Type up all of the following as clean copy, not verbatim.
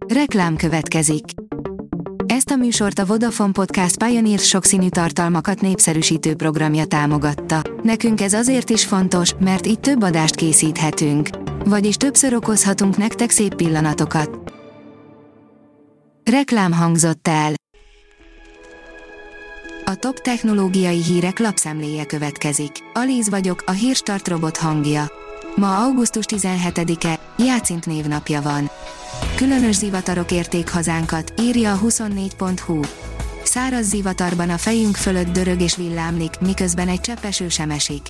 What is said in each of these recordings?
Reklám következik. Ezt a műsort a Vodafone Podcast Pioneer sokszínű tartalmakat népszerűsítő programja támogatta. Nekünk ez azért is fontos, mert így több adást készíthetünk. Vagyis többször okozhatunk nektek szép pillanatokat. Reklám hangzott el. A top technológiai hírek lapszemléje következik. Alíz vagyok, a Hírstart robot hangja. Ma augusztus 17-e, Jácint névnapja van. Különös zivatarok érték hazánkat, írja a 24.hu. Száraz zivatarban a fejünk fölött dörög és villámlik, miközben egy csepp eső sem esik.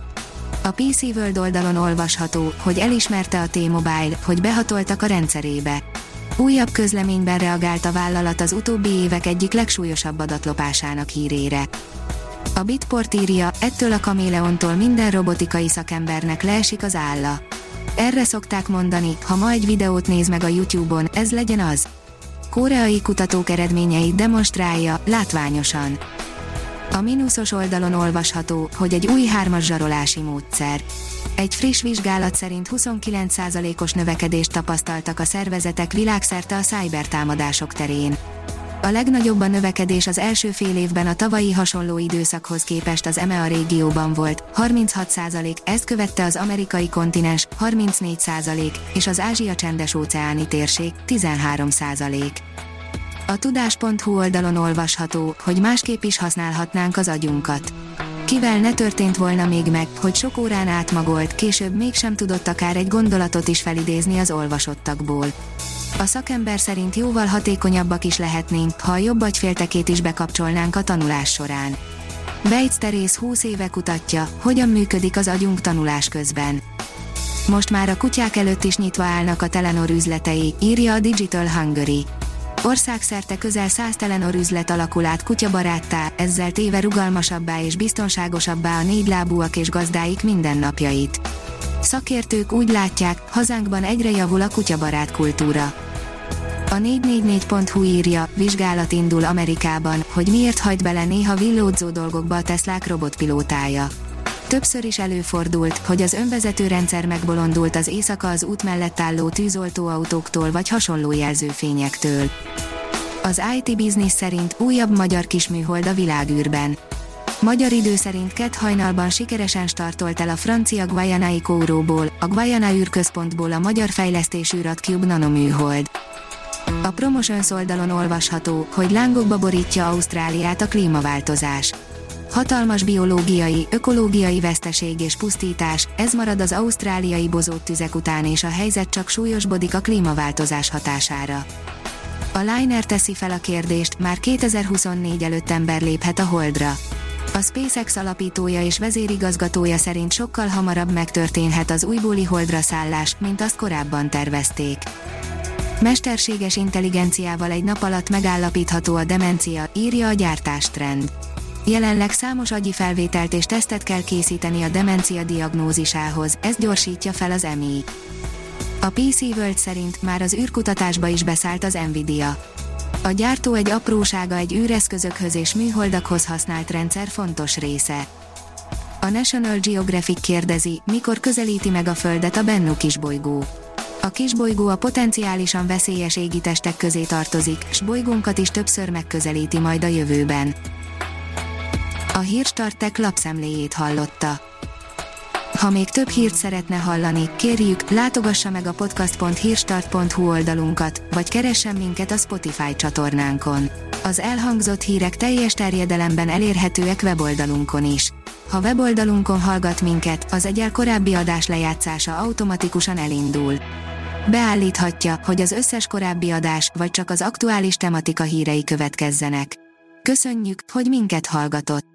A PC World oldalon olvasható, hogy elismerte a T-Mobile, hogy behatoltak a rendszerébe. Újabb közleményben reagált a vállalat az utóbbi évek egyik legsúlyosabb adatlopásának hírére. A Bitport írja, ettől a kaméleontól minden robotikai szakembernek leesik az álla. Erre szokták mondani, ha ma egy videót néz meg a YouTube-on, ez legyen az. Koreai kutatók eredményeit demonstrálja, látványosan. A mínuszos oldalon olvasható, hogy egy új 3-as zsarolási módszer. Egy friss vizsgálat szerint 29%-os növekedést tapasztaltak a szervezetek világszerte a cybertámadások terén. A legnagyobb a növekedés az első fél évben a tavalyi hasonló időszakhoz képest az EMEA régióban volt, 36%, ezt követte az amerikai kontinens, 34%, és az Ázsia csendes-óceáni térség, 13%. A tudás.hu oldalon olvasható, hogy másképp is használhatnánk az agyunkat. Kivel ne történt volna még meg, hogy sok órán átmagolt, később mégsem tudott akár egy gondolatot is felidézni az olvasottakból. A szakember szerint jóval hatékonyabbak is lehetnénk, ha a jobb agyféltekét is bekapcsolnánk a tanulás során. Bejc Terész 20 éve kutatja, hogyan működik az agyunk tanulás közben. Most már a kutyák előtt is nyitva állnak a Telenor üzletei, írja a Digital Hungary. Országszerte közel 100 Telenor üzlet alakul át kutyabaráttá, ezzel téve rugalmasabbá és biztonságosabbá a négylábúak és gazdáik mindennapjait. Szakértők úgy látják, hazánkban egyre javul a kutyabarát kultúra. A 444.hu írja, vizsgálat indul Amerikában, hogy miért hajt bele néha villódzó dolgokba a Teslák robotpilótája. Többször is előfordult, hogy az önvezető rendszer megbolondult az éjszaka az út mellett álló tűzoltóautóktól vagy hasonló jelzőfényektől. Az IT Business szerint újabb magyar kisműhold a világűrben. Magyar idő szerint kedd hajnalban sikeresen startolt el a francia Guyanai Kouróból, a Guayana űrközpontból a magyar fejlesztésű RadCube nanoműhold. A Promotions oldalon olvasható, hogy lángokba borítja Ausztráliát a klímaváltozás. Hatalmas biológiai, ökológiai veszteség és pusztítás, ez marad az ausztráliai bozóttüzek után és a helyzet csak súlyosbodik a klímaváltozás hatására. A Liner teszi fel a kérdést, már 2024 előtt ember léphet a Holdra. A SpaceX alapítója és vezérigazgatója szerint sokkal hamarabb megtörténhet az újbóli Holdra szállás, mint azt korábban tervezték. Mesterséges intelligenciával egy nap alatt megállapítható a demencia, írja a Gyártástrend. Jelenleg számos agyi felvételt és tesztet kell készíteni a demencia diagnózisához, ezt gyorsítja fel az MI. A PC World szerint már az űrkutatásba is beszállt az Nvidia. A gyártó egy aprósága egy űreszközökhöz és műholdakhoz használt rendszer fontos része. A National Geographic kérdezi, mikor közelíti meg a Földet a Bennu kisbolygó. A kisbolygó a potenciálisan veszélyes égitestek közé tartozik, s bolygónkat is többször megközelíti majd a jövőben. A Hírstart Tech lapszemléjét hallotta. Ha még több hírt szeretne hallani, kérjük, látogassa meg a podcast.hírstart.hu oldalunkat, vagy keressen minket a Spotify csatornánkon. Az elhangzott hírek teljes terjedelemben elérhetőek weboldalunkon is. Ha weboldalunkon hallgat minket, az egyel korábbi adás lejátszása automatikusan elindul. Beállíthatja, hogy az összes korábbi adás, vagy csak az aktuális tematika hírei következzenek. Köszönjük, hogy minket hallgatott!